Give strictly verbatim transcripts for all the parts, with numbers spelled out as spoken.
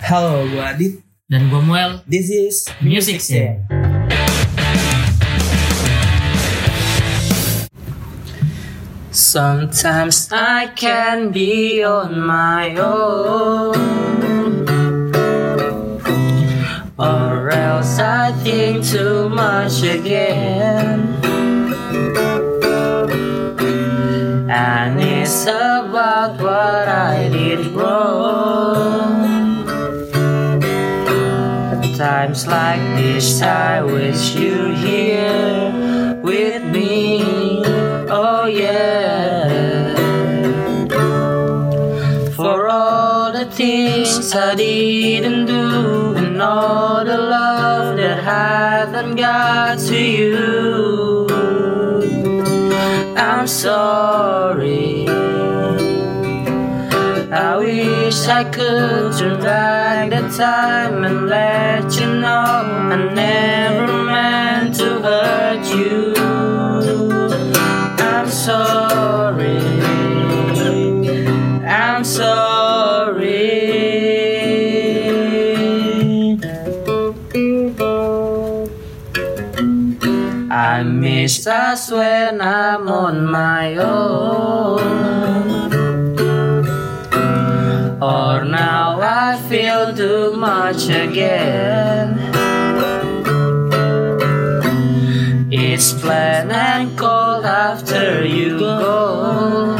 Halo, gue Adit. Dan gue Muel. This is Music Scene. Sometimes I can be on my own, or else I think too much again. And it's about what I did wrong. At times like this I wish you here with me. Oh yeah. For all the things I didn't do, and all the love that haven't got to you, I'm sorry. I wish I could turn back the time and let you know I never meant to hurt you. I'm sorry. I'm sorry. I miss us when I'm on my own, or now I feel too much again. It's plain and cold after you go.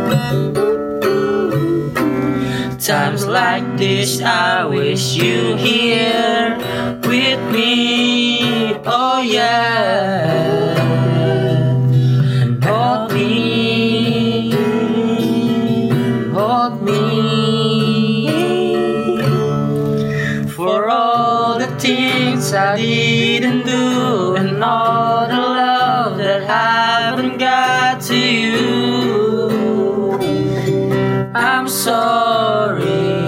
Times like this I wish you here with me. Oh yeah. And hold me, hold me. For all the things I didn't do, and all the love that haven't got to you, I'm sorry.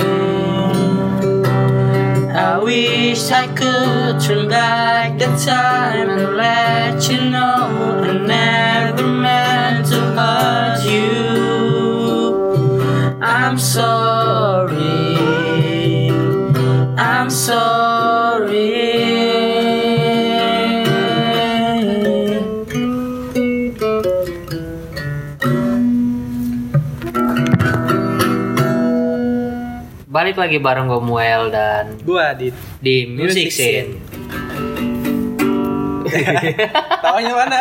I wish I could turn back the time and let you know I never meant to hurt you. I'm sorry. I'm sorry. Balik lagi bareng gue Muel dan gue Adit di Music Scene. Tawanya mana?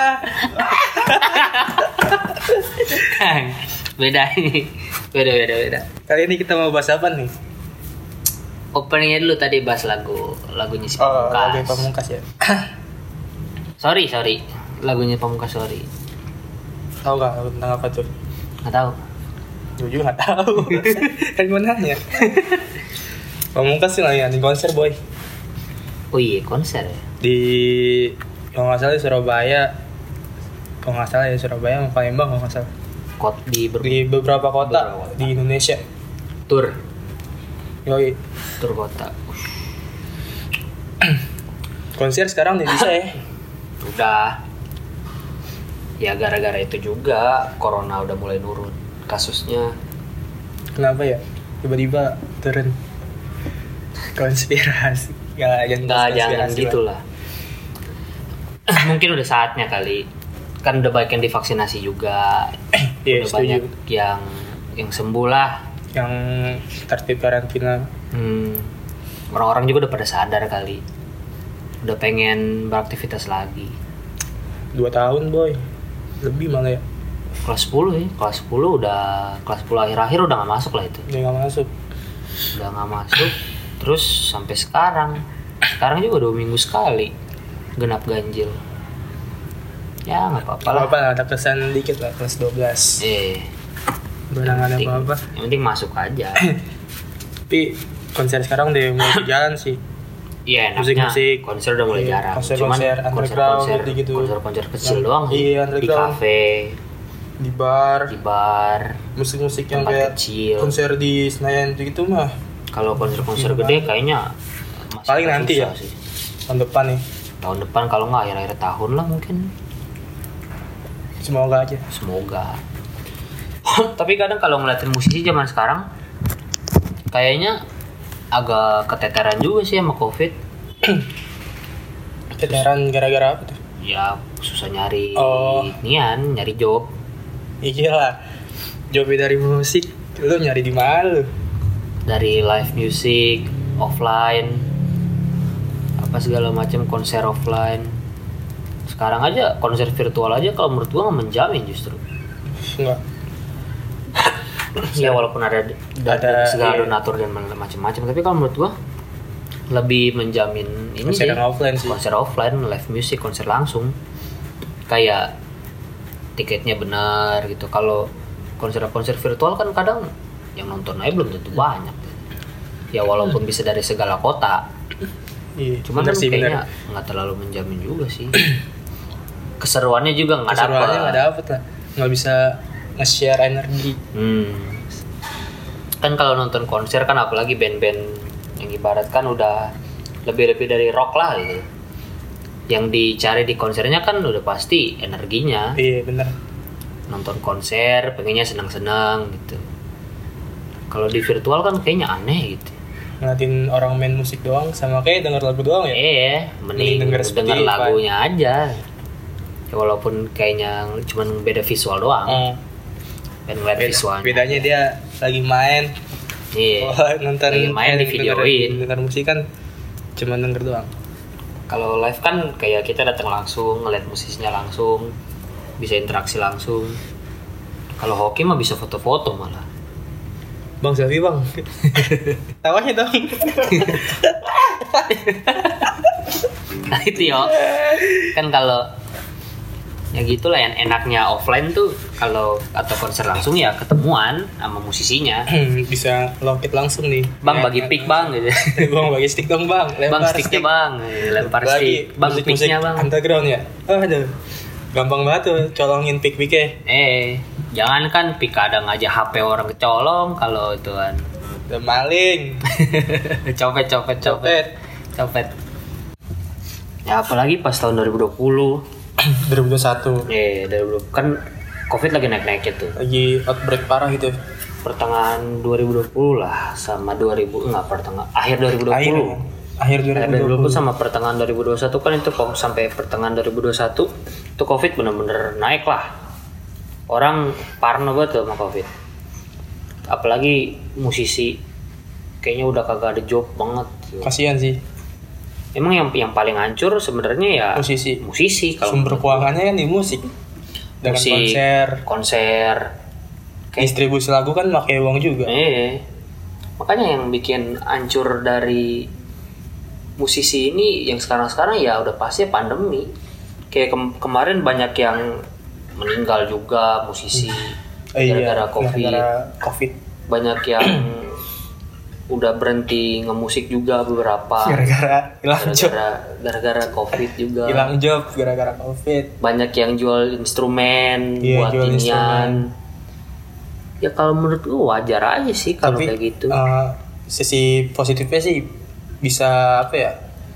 Beda ini. Beda beda beda. Kali ini kita mau bahas apa nih? Openingnya dulu tadi bahas lagu lagunya si Oh, Pamungkas. lagu Pamungkas ya. sorry sorry lagunya Pamungkas sorry. Tahu gak tentang apa tuh? Nggak tahu. Gue juga nggak tahu. Kan gue nanya. Pamungkas sih lagi di konser boy. Oh iya konser ya. Di kalau nggak salah di Surabaya. Kalau nggak salah ya Surabaya sama Palembang kalau nggak salah. Kot di, ber- Di beberapa kota beberapa kota. di Indonesia. Tour Yoi. tour kota. Konser sekarang udah bisa ya. Udah. Ya gara-gara itu juga corona udah mulai nurun kasusnya. Kenapa ya? Tiba-tiba turun. Konspirasi. Gak, Nggak jangan gitulah. Mungkin udah saatnya kali. Kan udah banyak yang divaksinasi juga. Iya, Udah setuju. banyak yang yang sembuh lah. Yang tertib karantina. Hmm. Orang-orang juga udah pada sadar kali. Udah pengen beraktivitas lagi. Dua tahun boy. Lebih malah ya. Kelas sepuluh ya. Kelas sepuluh udah kelas sepuluh akhir-akhir udah enggak masuk lah itu. Dia gak masuk. Udah enggak masuk. Terus sampai sekarang. Sekarang juga dua minggu sekali genap ganjil. Ya enggak apa-apa lah. Apa-apa ada kesan dikit lah kelas dua belas. Eh. Benar gak ada penting- apa-apa. Yang penting masuk aja. Tapi konser sekarang udah mulai berjalan sih. Iya enaknya Musik-musik. konser udah mulai Iya, jarang. konser-konser Cuman underground konser-konser, gitu. konser-konser kecil Yang- doang sih. iya, Di underground. kafe, Di bar, di bar. musik-musik yang tempat kayak kecil. konser di Senayan gitu mah. Kalau konser-konser Gila gede banget. kayaknya masih Paling agak nanti susah ya? sih. Tahun depan nih. Tahun depan kalau nggak akhir-akhir tahun lah mungkin. Semoga aja. Semoga. Tapi kadang kalau ngeliatin musisi zaman sekarang, kayaknya agak keteteran juga sih sama COVID. Keteteran gara-gara apa tuh? Ya susah nyari Oh. nian, nyari job. Iya lah. Jobnya dari musik, lu nyari di mana lu? Dari live music, offline, apa segala macam konser offline. Sekarang aja konser virtual aja kalau menurut gua nggak menjamin justru. Enggak. Ya walaupun ada Ada, segala iya. donatur dan macam-macam, tapi kalau menurut gua lebih menjamin ini Konser sih, yang offline sih. konser offline, live music, konser langsung, kayak tiketnya benar gitu. Kalau konser-konser virtual kan kadang yang nonton aja belum tentu banyak. Ya walaupun bisa dari segala kota, Iya. cuman bener kan sih, kayaknya bener. nggak terlalu menjamin juga sih. Keseruannya juga nggak Keseruannya nggak dapet. dapet lah. Nggak bisa nge-share energi. Hmm. Kan kalau nonton konser kan apalagi band-band yang ibaratkan udah lebih-lebih dari rock lah gitu. Yang dicari di konsernya kan udah pasti energinya. Iya bener. Nonton konser pengennya senang-senang gitu. Kalau di virtual kan kayaknya aneh gitu. Ngeliatin orang main musik doang sama kayak denger lagu doang ya. Eh, mending Mending denger denger, Spotify. lagunya aja. Ya, walaupun kayaknya cuman beda visual doang. Hmm. Dan ngeliat Beda- visualnya. bedanya dia lagi main. Iya. Oh, nonton Lagi main eh, di videoin. denger, denger musik kan cuma denger doang. Kalau live kan kayak kita datang langsung, ngeliat musisinya langsung, bisa interaksi langsung. Kalau hoki mah bisa foto-foto malah. Bang selfie bang. Tawanya dong. Nah itu yo. Kan kalau ya gitulah yang enaknya offline tuh kalau atau konser langsung ya ketemuan sama musisinya. Bisa loket langsung nih. Bang Ya, bagi pick bang gitu. Bang bagi stick dong bang. Bang sticknya bang, lempar stick. Bang musik picknya bang. underground ya. Oh, aduh. Gampang banget tuh colongin pick picknya. Eh, jangan kan pick kadang aja H P orang kecolong kalau itu kan. Udah maling. Copet copet copet Copet. copet. Ya apalagi pas tahun dua ribu dua puluh. dua ribu dua puluh satu Eh, dari dulu kan Covid lagi naik-naiknya tuh. lagi outbreak parah gitu. Pertengahan dua ribu dua puluh lah sama dua ribu enggak pertengahan akhir dua ribu dua Akhir puluh. akhir dua Akhir ribu dua puluh. sama pertengahan dua ribu dua puluh satu kan itu kok sampai pertengahan dua ribu dua puluh satu itu Covid bener-bener naik lah. Orang parno banget tuh sama Covid. Apalagi musisi kayaknya udah kagak ada job banget. Kasihan sih Emang yang yang paling hancur sebenarnya ya musisi. musisi kalau Sumber menurut gua. keuangannya kan di musik. Dengan Musik, konser, konser. Kayak distribusi lagu kan pakai uang juga. eh makanya yang bikin hancur dari musisi ini yang sekarang-sekarang ya udah pasti pandemi. Kayak kem- kemarin banyak yang meninggal juga musisi Eh, gara-gara Covid. gara-gara Covid. Banyak yang udah berhenti ngemusik juga beberapa Gara-gara hilang job. gara-gara gara-gara Covid juga. Hilang job gara-gara Covid. Banyak yang jual instrumen Iya, buat jual inian. instrumen. Ya kalau menurut gua wajar aja sih kalau Tapi kayak gitu. eh, sisi positifnya sih bisa apa ya?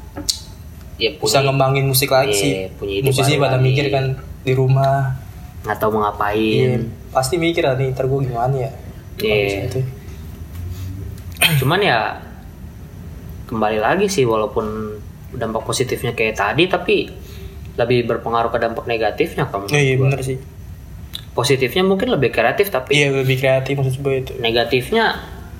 Ya Bisa ngembangin musik lagi Iya, sih. punya ide Musisi baru pada lagi. mikir kan di rumah. nggak tahu mau Iya, ngapain. pasti mikir lah nih, ntar gue gimana ya? Iya. Habis itu. Cuman ya kembali lagi sih walaupun dampak positifnya kayak tadi tapi lebih berpengaruh ke dampak negatifnya kamu. Iya, iya bener sih. Positifnya mungkin lebih kreatif tapi Iya lebih kreatif maksud gue itu. negatifnya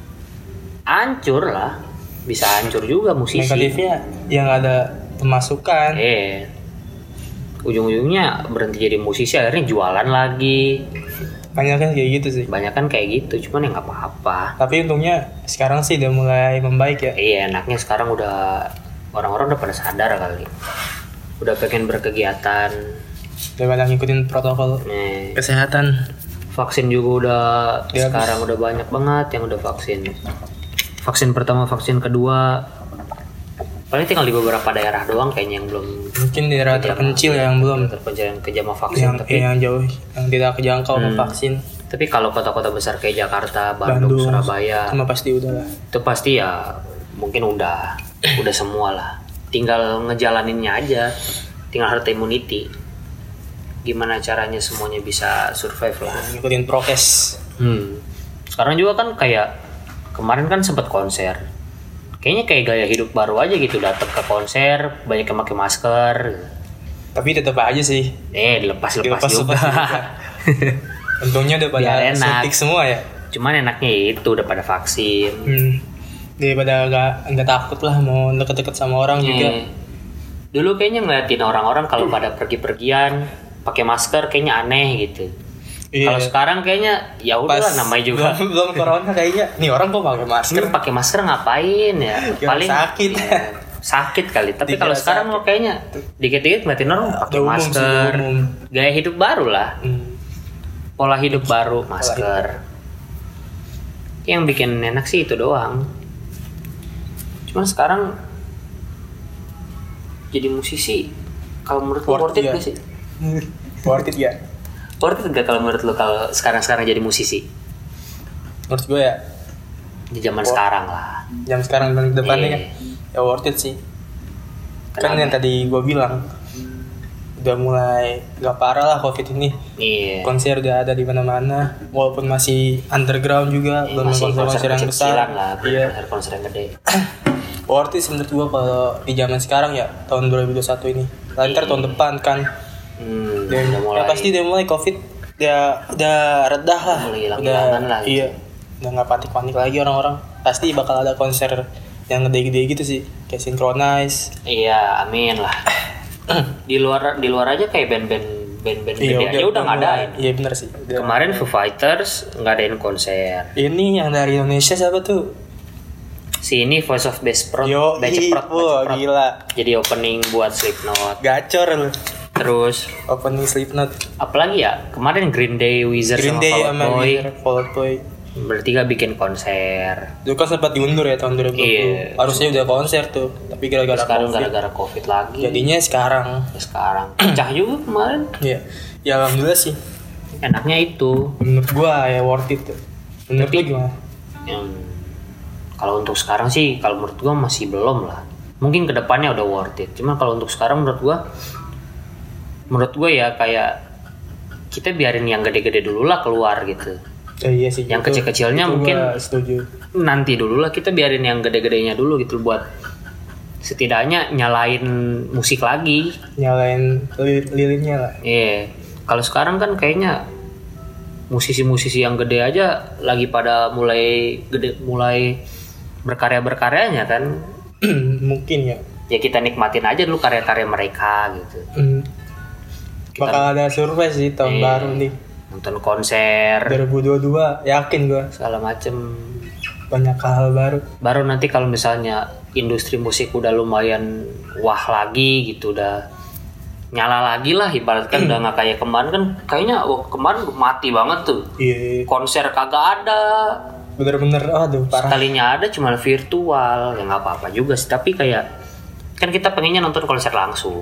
hancur lah. Bisa hancur juga musisi. Negatifnya yang ada pemasukan. Eh, ujung-ujungnya berhenti jadi musisi akhirnya jualan lagi. Banyak kan kayak gitu sih. Banyak kan kayak gitu, cuman ya nggak apa-apa. Tapi untungnya sekarang sih udah mulai membaik ya. Iya, enaknya sekarang udah orang-orang udah pada sadar kali. Udah pengen berkegiatan. Udah banyak ngikutin protokol Nih, kesehatan. vaksin juga udah Ya, sekarang udah banyak banget yang udah vaksin. Vaksin pertama, vaksin kedua. Paling tinggal di beberapa daerah doang kayaknya yang belum Mungkin daerah terpencil ya yang belum. terpencil yang kejamah vaksin. Yang, tapi eh, yang jauh, yang tidak kejangkau sama Hmm. vaksin. tapi kalau kota-kota besar kayak Jakarta, Bandung, Bandung, Surabaya, Cuma pasti udah lah. itu pasti ya mungkin udah udah semua lah. Tinggal ngejalaninnya aja. Tinggal herd immunity. Gimana caranya semuanya bisa survive lah. Ngikutin prokes. Hmm. Sekarang juga kan kayak kemarin kan sempat konser. kayaknya kayak gaya hidup baru aja gitu, datang ke konser banyak yang pakai masker. Tapi tetap aja sih. Eh dilepas lepas Dilepas- juga. lepas juga. Untungnya udah pada Biar enak. suntik semua ya. Cuman enaknya itu udah pada vaksin. Hmm. Daripada nggak nggak takut lah mau deket-deket sama orang juga. Eh, Dulu kayaknya ngeliatin orang-orang kalau pada pergi-pergian pakai masker kayaknya aneh gitu. Iya. Kalau sekarang kayaknya ya udah Pas namanya juga. belum, belum corona kayaknya. Nih orang kok pakai masker? Lu pakai masker ngapain ya? Kira sakit. ya, sakit kali. Tapi Dikira kalau sekarang sakit. mau kayaknya dikit-dikit ngeliatin orang pakai Udah umum sih, masker. udah umum. Gaya hidup baru lah. Hmm. Pola hidup baru, masker. Yang bikin enak sih itu doang. Cuman sekarang jadi musisi, kalau menurut lu worth it ya. gak sih? Worth it ya. Worth it gak kalau menurut lu kalau sekarang-sekarang jadi musisi? Menurut gue ya. Di zaman Worth- sekarang lah. Jam sekarang dan depannya Iya. kan. Ya worth it sih. Kenapa? Kan yang tadi gue bilang udah mulai gak parah lah covid ini. Iya. Konser udah ada di mana-mana, walaupun masih underground juga, Iya, belum masih konser-konser yang besar. kecil-kecilan lah, Iya. konser yang gede. Worth it sih menurut gua kalau di zaman sekarang ya, tahun dua ribu dua puluh satu ini. Lantar tahun depan kan. Hmm, Dan, udah mulai. ya pasti udah mulai covid, udah udah redah lah. Mulai hilang-hilangan lah gitu. Iya. Udah nggak panik-panik lagi orang-orang. Pasti bakal ada konser yang gede-gede gitu sih, kayak Synchronize. Iya, amin lah. di luar di luar aja kayak band-band band-band gede aja udah ngadain. Iya bener sih. Udah. Kemarin Foo Fighters ngadain konser. Ini yang dari Indonesia siapa tuh? Si ini Voice of Best Pro, Yo, Beceprot, wah Beceprot. gila. Jadi opening buat Slipknot. Gacor lu. Terus Opening Slipknot. apalagi ya? Kemarin Green Day, Wizard Green sama Day Fall Out sama Boy Wizard, Fall Out Boy. bertiga bikin konser. Itu kan sempat diundur ya tahun dua ribu dua puluh. Iya. Harusnya udah konser tuh, tapi gara-gara Sekarang Covid. gara-gara Covid lagi. Jadinya sekarang. Ya sekarang pecah juga kemarin. Iya. Ya alhamdulillah sih. Enaknya itu. Menurut gua ya worth it tuh. Menurut Tapi- lu gimana? Yang kalau untuk sekarang sih kalau menurut gua masih belum lah. Mungkin kedepannya udah worth it. Cuma kalau untuk sekarang menurut gua menurut gua ya kayak kita biarin yang gede-gede dulu lah keluar gitu. Ya, iya sih. Yang itu- kecil-kecilnya itu mungkin- gua setuju. Nanti dulu lah kita biarin yang gede-gedenya dulu gitu buat setidaknya nyalain musik lagi. Nyalain li- lilinnya lah. Iya. Kalau sekarang kan kayaknya musisi-musisi yang gede aja lagi pada mulai gede mulai berkarya-berkaryanya kan. Mungkin ya. Ya kita nikmatin aja dulu karya-karya mereka gitu. Hmm. Kita- Bakal ada surprise sih tahun Iya. baru nih. Nonton konser dua ribu dua puluh dua yakin gua segala macem. banyak hal baru. Baru nanti kalau misalnya industri musik udah lumayan wah lagi gitu, udah nyala lagi lah ibaratkan. Udah nggak kayak kemarin kan kayaknya wah, kemarin mati banget tuh. Iya. Konser kagak ada. Bener-bener aduh parah. Sekalinya ada cuma virtual, ya nggak apa-apa juga sih. Tapi kayak kan kita pengennya nonton konser langsung.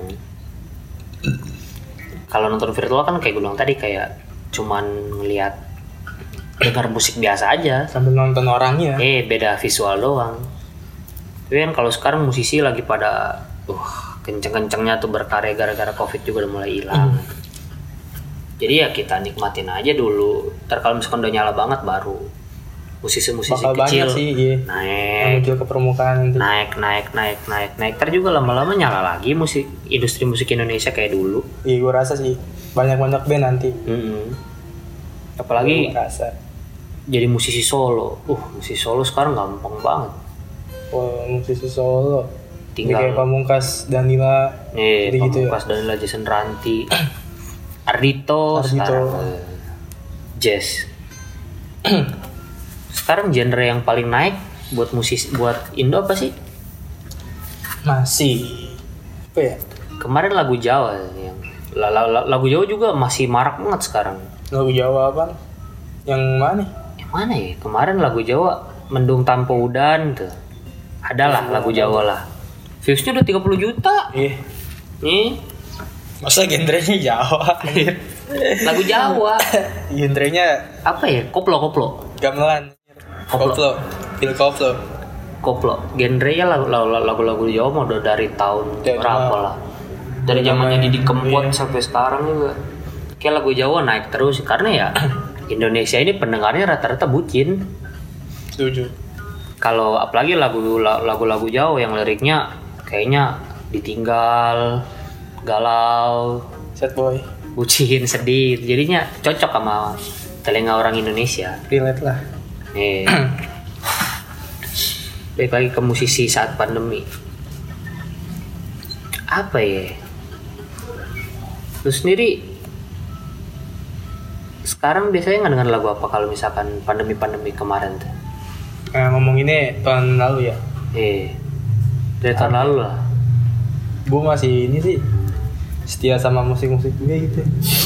Kalau nonton virtual kan kayak gue bilang tadi kayak cuman ngeliat dengar musik biasa aja. Sambil nonton orangnya. Eh beda visual doang. Tapi kan kalau sekarang musisi lagi pada uh kenceng-kencengnya tuh berkarya gara-gara covid juga udah mulai hilang. Jadi ya kita nikmatin aja dulu. Ntar kalau misalkan udah nyala banget baru musisi-musisi Bakal kecil banyak sih, iya. Yang naik, muncul ke permukaan nanti. naik, naik, naik, naik, naik. Ntar juga lama-lama nyala lagi musik industri musik Indonesia kayak dulu. Iya, gue rasa sih banyak-banyak band nanti. Mm-mm. Apalagi Gua rasa. jadi musisi solo. Uh, musisi solo sekarang gampang banget. Oh, musisi solo. Tinggal- Jadi kayak Pamungkas, Danila, Eh, jadi gitu ya. Pamungkas Danila, Jason Ranti, Ardito, Ardhito. sekarang eh, Jazz. Sekarang genre yang paling naik buat musisi buat Indo apa sih? Masih. Apa ya? Kemarin lagu Jawa yang la- la- la- lagu Jawa juga masih marak banget sekarang. Lagu Jawa apa? Yang mana? Yang mana ya? Kemarin lagu Jawa Mendung Tanpa Udan tuh. Adalah lagu Jawa lah. Viewsnya udah tiga puluh juta. Iya. Nih, Masa genrenya Jawa? lagu Jawa. genrenya Apa ya? Koplo, koplo. gamelan. Koplo. Koplo. Pil koplo. Koplo. Genrenya lagu- lagu- lagu-lagu Jawa mau udah dari tahun Dari berapa zaman- lah. Dari zamannya Didi Kempot Iya. sampai sekarang juga. Kayak lagu Jawa naik terus karena ya Indonesia ini pendengarnya rata-rata bucin. Setuju. Kalau apalagi lagu lagu-lagu Jawa yang liriknya kayaknya ditinggal, galau, Sad boy. bucin, sedih, jadinya cocok sama telinga orang Indonesia. Relate lah. Eh. Baik lagi ke musisi saat pandemi. Apa ya? Lu sendiri sekarang biasanya nggak dengar lagu apa kalau misalkan pandemi-pandemi kemarin tuh? Nah, ngomong ini tahun lalu ya. Eh, dari tahun lalu lah. Gue masih ini sih setia sama musik-musik gue gitu.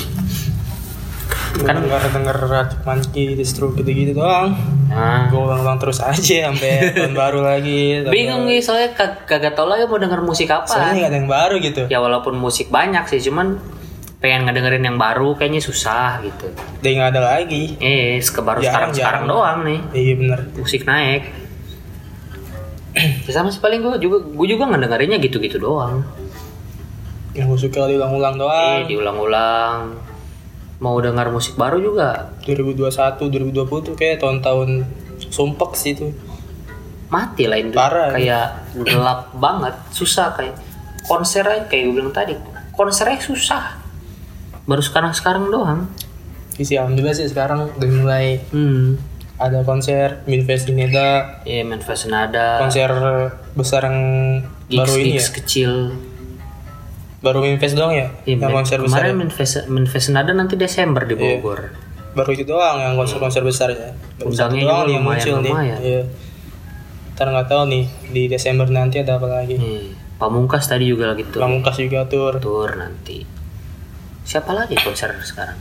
Kan denger denger Arctic Monkey, The Stroke gitu-gitu doang. Nah, Gue ulang-ulang terus aja sampai tahun baru lagi. bingung nih soalnya kag- kagak tau lagi mau denger musik apa. Soalnya gak ada yang baru gitu. Ya walaupun musik banyak sih, cuman pengen ngedengerin yang baru kayaknya susah gitu. Dia nggak ada lagi. Eh, ke baru Jarang, sekarang sekarang jarang. doang nih. Iya bener. Musik naik. Ya sama sih paling gue juga gue juga ngedengerinnya gitu-gitu doang. Yang gue suka diulang-ulang doang. Eh, diulang-ulang. Mau dengar musik baru juga dua ribu dua puluh satu, dua ribu dua puluh tuh kayak tahun-tahun sumpek sih tuh. mati lah Indo. Parah, Kayak gelap banget, susah kayak konsernya kayak gue bilang tadi. Konsernya susah. Baru sekarang-sekarang doang. Isi alhamdulillah sih sekarang udah mulai Hmm. ada konser Minfest Ineda, Iya, Manfest Nada. konser besar yang baru ini ya. Gigs kecil. Baru Minfest doang ya? Iya, yang konser besar. kemarin Ya? Manfest Manfest Nada nanti Desember di Iya. Bogor. Baru itu doang yang konser-konser besar ya. Baru satu Undangnya doang juga nih yang lumayan, muncul nih. lumayan. Iya. Ntar nggak tahu nih di Desember nanti ada apa lagi. Nih, Pamungkas tadi juga lagi tur. Pamungkas juga tur. Tur nanti. Siapa lagi konser sekarang?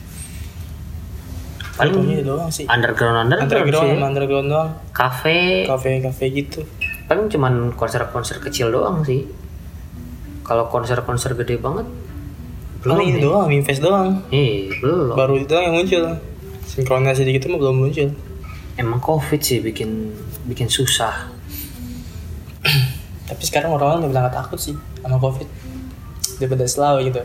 Paling Paling itu doang sih. underground underground, Underground, sih. sama underground doang. Kafe. Kafe-kafe gitu. Paling cuman konser-konser kecil doang sih. Kalau konser-konser gede banget belum. Paling ini ya. doang, Minfest doang. Eh, belum. Baru itu doang yang muncul. Sinkronisasi dikit mah belum muncul. Emang Covid sih bikin bikin susah. Tapi sekarang orang-orang udah bilang gak takut sih sama Covid. Daripada selalu gitu.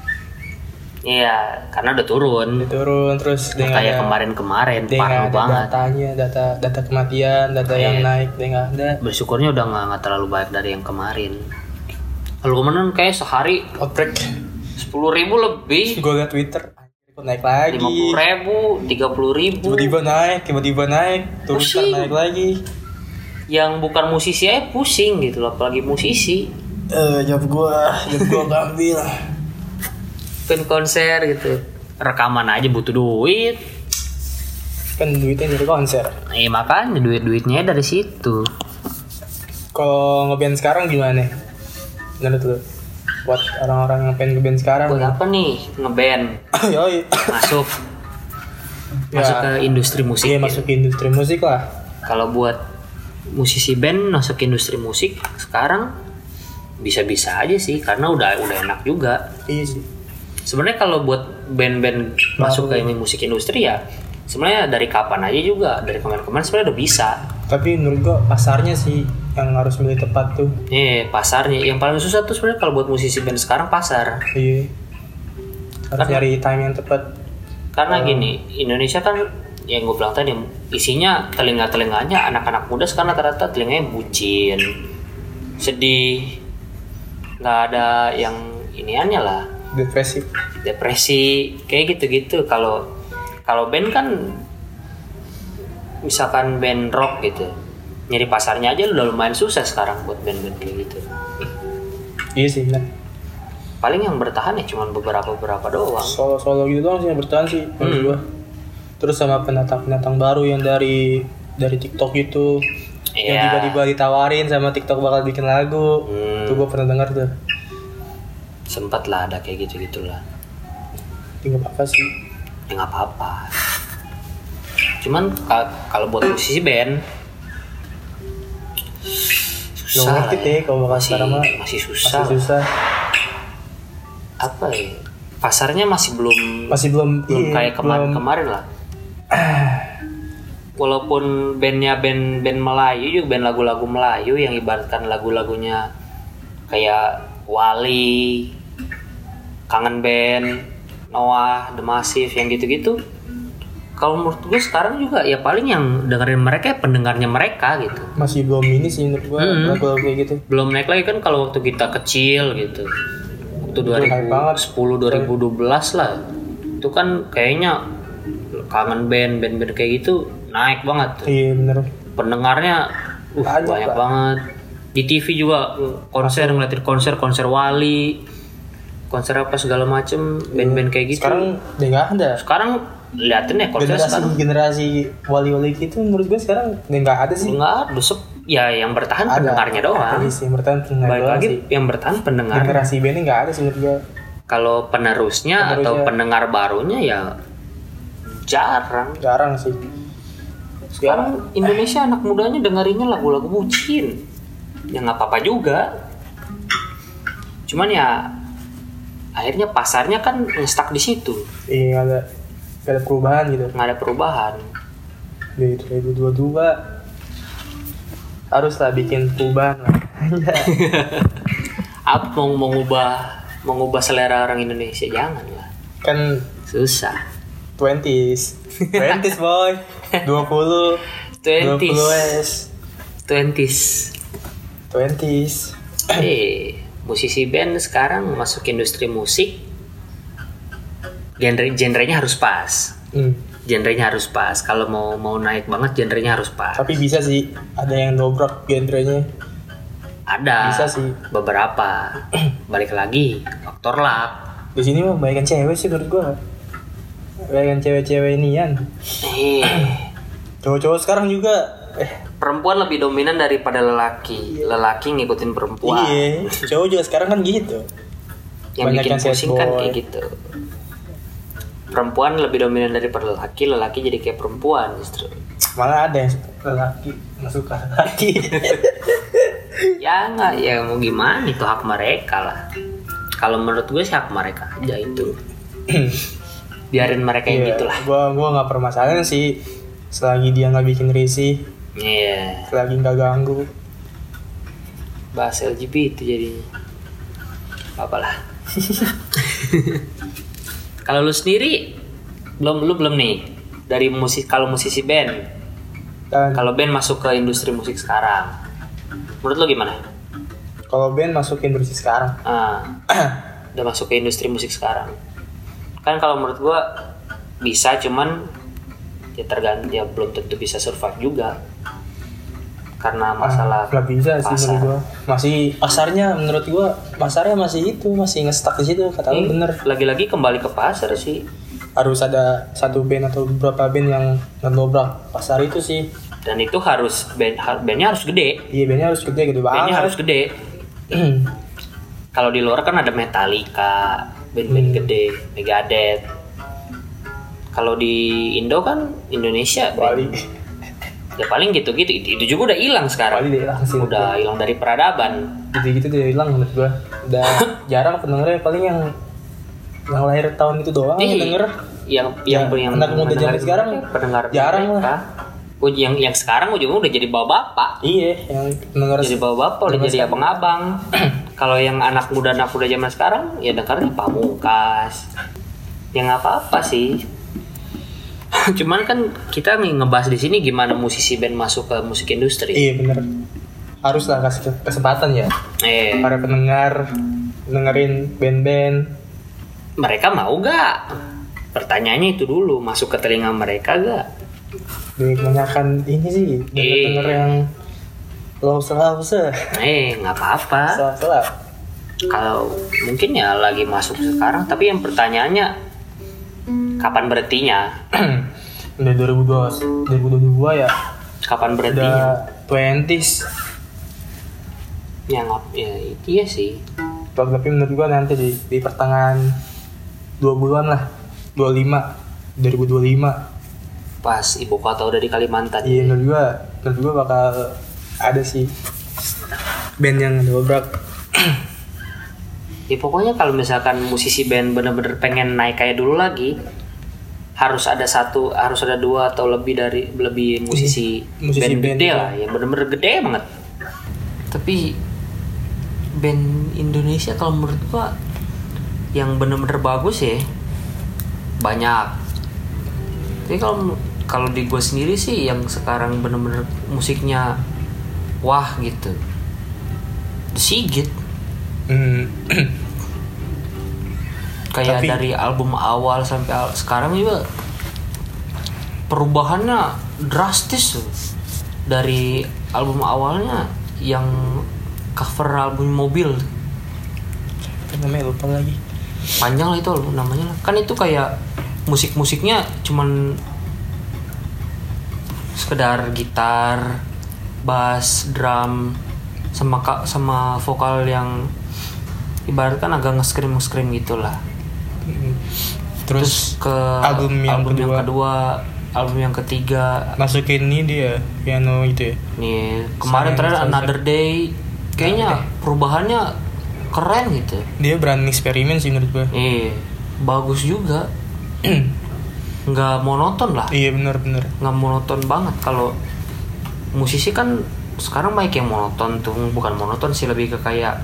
Iya, karena udah turun. Dia turun terus dia Nah, nggak kayak ada- kemarin-kemarin dia nggak parah ada banget. datanya, data data kematian, data yang Iya. naik dia nggak ada. Bersyukurnya udah nggak nggak terlalu banyak dari yang kemarin. Kalau kemarin kayak sehari Outbreak. sepuluh ribu lebih, Gue liat Twitter, kok naik lagi. lima puluh ribu, tiga puluh ribu. Tiba-tiba naik, tiba-tiba naik, turun Pusing. ntar naik lagi. Yang bukan musisi aja pusing gitu loh, apalagi musisi. Eh, job gua, job gua gambil. Kan konser gitu, rekaman aja butuh duit. Kan duitnya dari konser. Eh makanya duit-duitnya dari situ. Kalau ngeband sekarang gimana? Menurut lu? Buat orang-orang yang pengen ngeband sekarang. Buat apa nih ngeband? Yoi. Masuk Ya, masuk ke industri musik. iya, gitu. masuk ke industri musik lah. Kalau buat musisi band masuk ke industri musik sekarang bisa-bisa aja sih karena udah udah enak juga. Iya sih. Sebenarnya kalau buat band-band masuk ke ini musik industri ya sebenarnya dari kapan aja juga, dari kemarin-kemarin sebenarnya udah bisa. Tapi menurut gua pasarnya sih yang harus milih tepat tuh. Nih pasarnya yang paling susah tuh sebenarnya kalau buat musisi band sekarang pasar. Iya. Harus Karena- nyari time yang tepat. Karena Oh. gini, Indonesia kan yang gue bilang tadi isinya telinga-telinganya anak-anak muda sekarang rata-rata telinganya bucin, sedih, nggak ada yang iniannya lah, Depresif. depresi kayak gitu-gitu. Kalau kalau band kan misalkan band rock gitu, nyari pasarnya aja udah lumayan susah sekarang buat band-band kayak gitu. Iya sih benar. Paling yang bertahan ya cuma beberapa-beberapa doang. Solo-solo gitu doang sih yang bertahan sih menurut Hmm. gua. Terus sama pendatang-pendatang baru yang dari dari TikTok gitu. Yang Iya. tiba-tiba ditawarin sama TikTok bakal bikin lagu. Hmm. Tuh gua pernah dengar tuh. Sempet lah ada kayak gitu-gitulah. Tinggal apa sih? Ya nggak apa-apa. Cuman ka- kalau buat musisi band Lo susah ngerti lah deh kalau bakal masih, sekarang mah masih susah. masih susah. Apa ya? Pasarnya masih belum Masih belum belum iya, kayak belum- kemarin-kemarin lah. Walaupun bandnya band band Melayu juga band lagu-lagu Melayu yang ibaratkan lagu-lagunya kayak Wali, Kangen Band, Noah, The Massive yang gitu-gitu. kalau menurut gue sekarang juga ya paling yang dengerin mereka ya pendengarnya mereka gitu. Masih belum ini sih menurut gue Hmm. lagu-lagu kayak gitu. Belum naik lagi kan kalau waktu kita kecil gitu. Waktu dua ribu sepuluh dua ribu dua belas lah. Itu kan kayaknya kangen band band-band kayak gitu naik banget tuh. Iya bener. Pendengarnya uh, Banyak, banyak Pak. banget. Di T V juga konser, ngeliatin konser konser Wali, konser apa segala macem band-band kayak gitu. Sekarang udah nggak ada. Sekarang liatin ya konser Generasi sekarang generasi wali-wali gitu menurut gue sekarang udah nggak ada sih. nggak ada sep ya yang bertahan Ada. pendengarnya doang. Iya sih, yang bertahan pendengar Balik doang lagi sih. yang bertahan pendengar. Generasi bandnya nggak ada sih menurut gue. Kalau penerusnya, Penerusnya. atau pendengar barunya ya jarang. Jarang sih. Sekarang Indonesia anak mudanya dengerinnya lagu-lagu bucin. Ya nggak apa-apa juga. Cuman ya akhirnya pasarnya kan nge-stuck di situ. Iya nggak ada nggak ada perubahan gitu. Nggak ada perubahan. Di dua ribu dua puluh dua haruslah bikin perubahan lah. Apa mau mengubah mengubah selera orang Indonesia, jangan lah. Kan Susah. twenties twenties boy dua puluh dua Twenties. puluh s Twenties. twenties Eh, musisi band sekarang masuk industri musik, genre genrenya harus pas. hmm. Genrenya harus pas. Kalau mau mau naik banget, genrenya harus pas. Tapi bisa sih ada yang dobrak genrenya. Ada. Bisa sih. Beberapa. Balik lagi, faktor luck. Di sini mah banyakan cewek sih menurut gua. Banyakan cewek-cewek inian. Eh, Cowok-cowok sekarang juga eh perempuan lebih dominan daripada lelaki. Lelaki ngikutin perempuan. iya, cowok juga sekarang kan gitu. Yang bikin Banyakan sad pusing kan boy. kayak gitu. Perempuan lebih dominan daripada lelaki, lelaki jadi kayak perempuan justru. Malah ada yang lelaki masuk ke lelaki. Ya nggak, ya mau gimana, itu hak mereka lah. Kalau menurut gue sih hak mereka aja itu. Biarin mereka yang Iya, gitulah. Gua gua nggak permasalahan sih selagi dia nggak bikin risih, Iya. selagi nggak ganggu. Bahas L G B T jadinya. Apalah. Kalau lu sendiri belum lu belum nih dari musik, kalau musisi band, Dan kalau band masuk ke industri musik sekarang, menurut lu gimana? kalau band masuk ke industri sekarang, Ah, udah masuk ke industri musik sekarang. Kan kalau menurut gua bisa, cuman ya tergantung, ya belum tentu bisa survive juga. Karena masalah nggak bisa sih pasar. menurut gua. Masih pasarnya menurut gua pasarnya masih itu masih nge-stuck di situ, kata lu Eh, bener. Lagi-lagi kembali ke pasar sih. Harus ada satu band atau beberapa band yang ngedobrak pasar itu sih. Dan itu harus band har- bandnya harus gede. Iya, bandnya harus gede gede Bandnya banget. harus gede. Kalau di luar kan ada Metallica, band-band Hmm. gede, Megadeth. Kalau di Indo kan Indonesia band- Bali, ya paling gitu-gitu. Itu, itu juga udah hilang sekarang. Bali dia hilang sih. Udah hilang dari peradaban. Gitu-gitu dia hilang menurut gua. Udah jarang pendengarnya, paling yang yang lahir tahun itu doang yang Nih, denger. yang yang Ya, yang anak muda pendengar zaman sekarang mereka, pendengar jarang mereka. lah. Oh, yang yang sekarang ujungnya udah jadi bapak-bapak. Iya, yang pendengar Jadi bapak-bapak udah zaman jadi sekarang. abang-abang. Kalau yang anak muda anak muda zaman sekarang ya dengarnya Pamungkas. Ya nggak apa-apa sih. Cuman kan kita nih ngebahas di sini gimana musisi band masuk ke musik industri. Iya bener. Haruslah kasih kesempatan ya Eh, para pendengar dengerin band-band. mereka mau gak? Pertanyaannya itu dulu, masuk ke telinga mereka gak? Kebanyakan ini sih denger-denger Iya. yang lause-lause, Eh, nggak apa-apa. salah-salah. Kalau mungkin ya lagi masuk sekarang, tapi yang pertanyaannya kapan berhentinya? Udah dua ribu dua belas, dua ribu dua puluh dua ya. Kapan Udah berhentinya? twenties. Ya ngap, ya itu ya sih. Tapi menurut gua nanti di, di pertengahan dua puluhan lah, dua puluh lima, dua ribu dua puluh lima. Pas ibu kota udah di Kalimantan. Iya menurut gua, menurut gua bakal ada sih band yang dobrak. Ya pokoknya kalau misalkan musisi band bener-bener pengen naik kayak dulu lagi, harus ada satu, harus ada dua atau lebih dari lebih musisi, Musisi band, band gede itu. lah, yang bener-bener gede banget. Tapi band Indonesia kalau menurut gua yang bener-bener bagus ya banyak. Tapi kalau kalau di gue sendiri sih yang sekarang bener-bener musiknya wah gitu, The Sigit. Hmm. Kayak Tapi- dari album awal sampai al- sekarang juga perubahannya drastis tuh. Dari album awalnya yang cover album mobil Apa namanya lupa lagi. panjang lah itu album namanya lah. Kan itu kayak musik-musiknya cuman sekedar gitar, bass, drum sama ka- sama vokal yang ibaratkan agak nge-scream nge-scream gitulah. Hmm. Terus, ke album yang album yang kedua. kedua, album yang ketiga. masukin ini dia piano itu ya. Nih, kemarin Sayang, terakhir sayang. Another Day kayaknya Another perubahannya keren gitu. Dia berani eksperimen sih menurut gua. Iya, bagus juga. Nggak monoton lah. Iya benar-benar. Nggak monoton banget. Kalau musisi kan sekarang banyak yang monoton tuh, bukan monoton sih, lebih ke kayak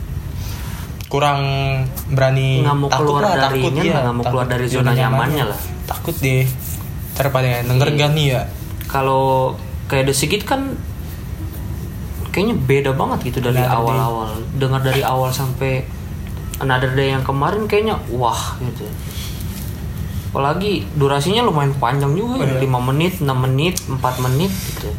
Kurang berani. nggak mau takut keluar lah, dari takut, ini, iya. nggak mau keluar Takut dari zona nyamannya lah. Takut deh. Ntar pada denger Iya. gak nih ya. Kalau kayak The Sigit kan kayaknya beda banget gitu dari Another Day. awal-awal. Dengar dari awal sampai Another Day yang kemarin kayaknya wah gitu. Apalagi durasinya lumayan panjang juga, Oh, iya. lima menit, enam menit, empat menit gitu.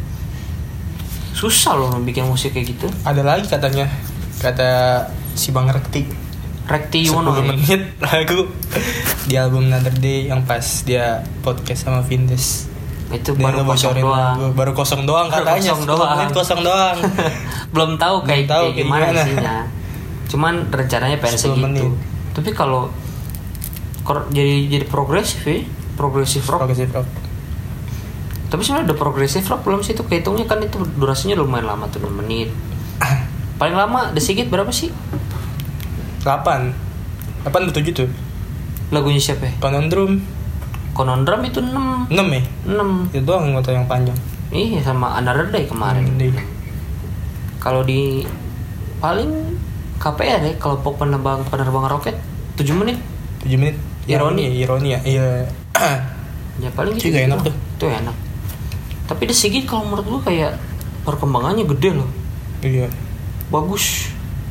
Susah loh bikin musik kayak gitu. Ada lagi katanya. Kata si Bang Rekti. Rekti Yuwono sepuluh ya? menit lagu di album Another Day yang pas dia podcast sama Vindes. Itu Dia baru kosong ngebocorin doang. lagu. Baru kosong doang Baru katanya. kosong sepuluh doang. menit kosong doang. Belum tahu Belum kayak, tahu kayak kayak gimana, gimana. isinya. Cuman rencananya pengen sepuluh segitu. menit. Tapi kalau kor- jadi jadi progresif ya, progresif rock. Progressive rock. Tapi sebenarnya udah progresif rock belum sih, itu kehitungnya kan itu durasinya lumayan lama tuh, enam menit. Paling lama The Sigit berapa sih delapan. delapan atau tujuh tuh. lagunya siapa ya? Conundrum Conundrum itu enam. enam ya. enam. Itu doang yang yang panjang. Iya, sama Another Day kemarin. Hmm, deh. Kalau di paling K P R ya, kelompok penerbang penerbangan roket tujuh menit. tujuh menit. Ironi. Ya, ironi ya. Iya. Ya paling gitu. Juga enak tuh. Itu enak. Tapi The Sigit kalau menurut gua kayak perkembangannya gede loh. Iya. Bagus.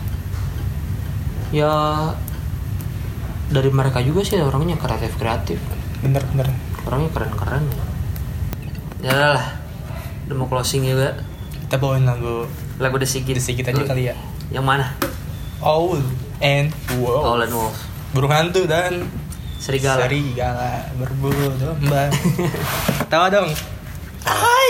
Ya dari mereka juga sih orangnya kreatif-kreatif. Bener-bener. Orangnya keren-keren. Ya udah lah. Udah mau closing juga. Kita bawain lagu Lagu The Sigit. The Sigit aja kali ya. Yang mana? Owl and Wolf. Owl and Wolf. Burung hantu dan Serigala. Serigala berbulu domba. Tawa dong. Hai.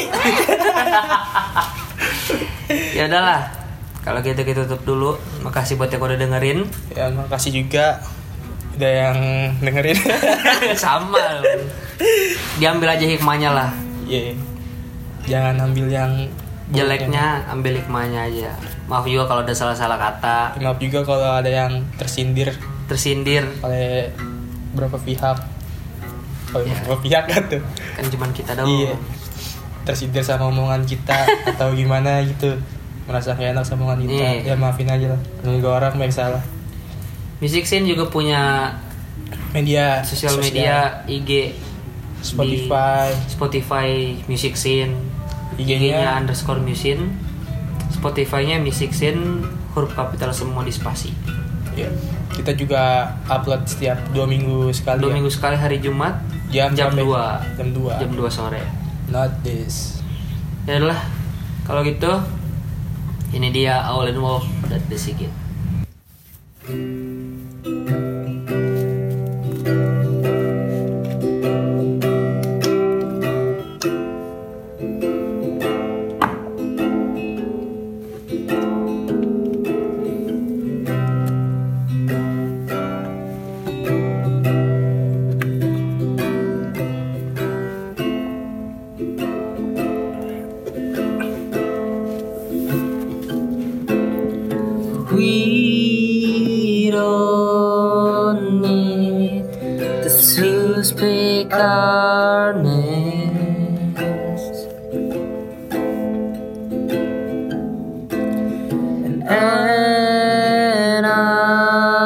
Ya udahlah. Kalau gitu kita tutup dulu. Makasih buat yang udah dengerin. Ya makasih juga udah yang dengerin. Sama. Diambil aja hikmahnya lah. Iya. Jangan ambil yang Jeleknya ambil hikmahnya aja. Maaf juga kalau ada salah-salah kata, Maaf juga kalau ada yang tersindir tersindir. oleh beberapa pihak. Oleh Ya. beberapa pihak kan tuh. Kan cuman kita doang. Iya. Tersindir sama omongan kita atau gimana gitu. Merasa gak enak sama omongan kita. Iya. Ya maafin aja lah. Juga orang yang salah. Music Scene juga punya Media sosial sosial, media, I G, Spotify, di Spotify Music Scene, I I G-nya G-nya underscore music, Spotify-nya Music Scene, huruf kapital semua di spasi. ya. Kita juga upload setiap dua minggu sekali. Dua ya. minggu sekali hari Jumat Jam jam berapa ya? dua Jam dua. jam dua sore. Not this. Ya udah, kalau gitu ini dia Owl and Wolf dan The Sigit. We don't need to speak our names, and, and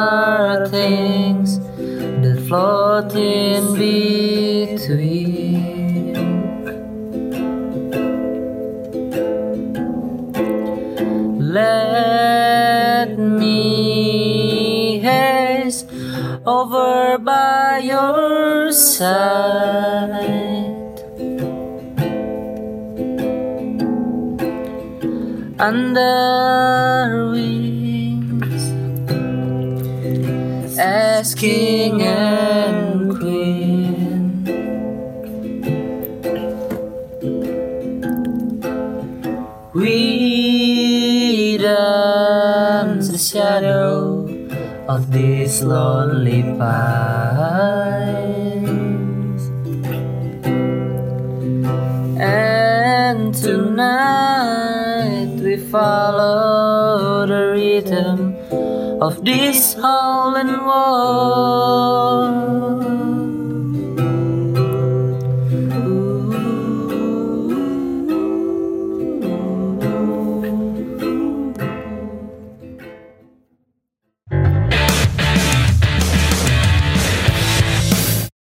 our things that float in between. over by your side. Under wings as king and queen, we dance the shadow of these lonely pines, and tonight we follow the rhythm of this howling wall.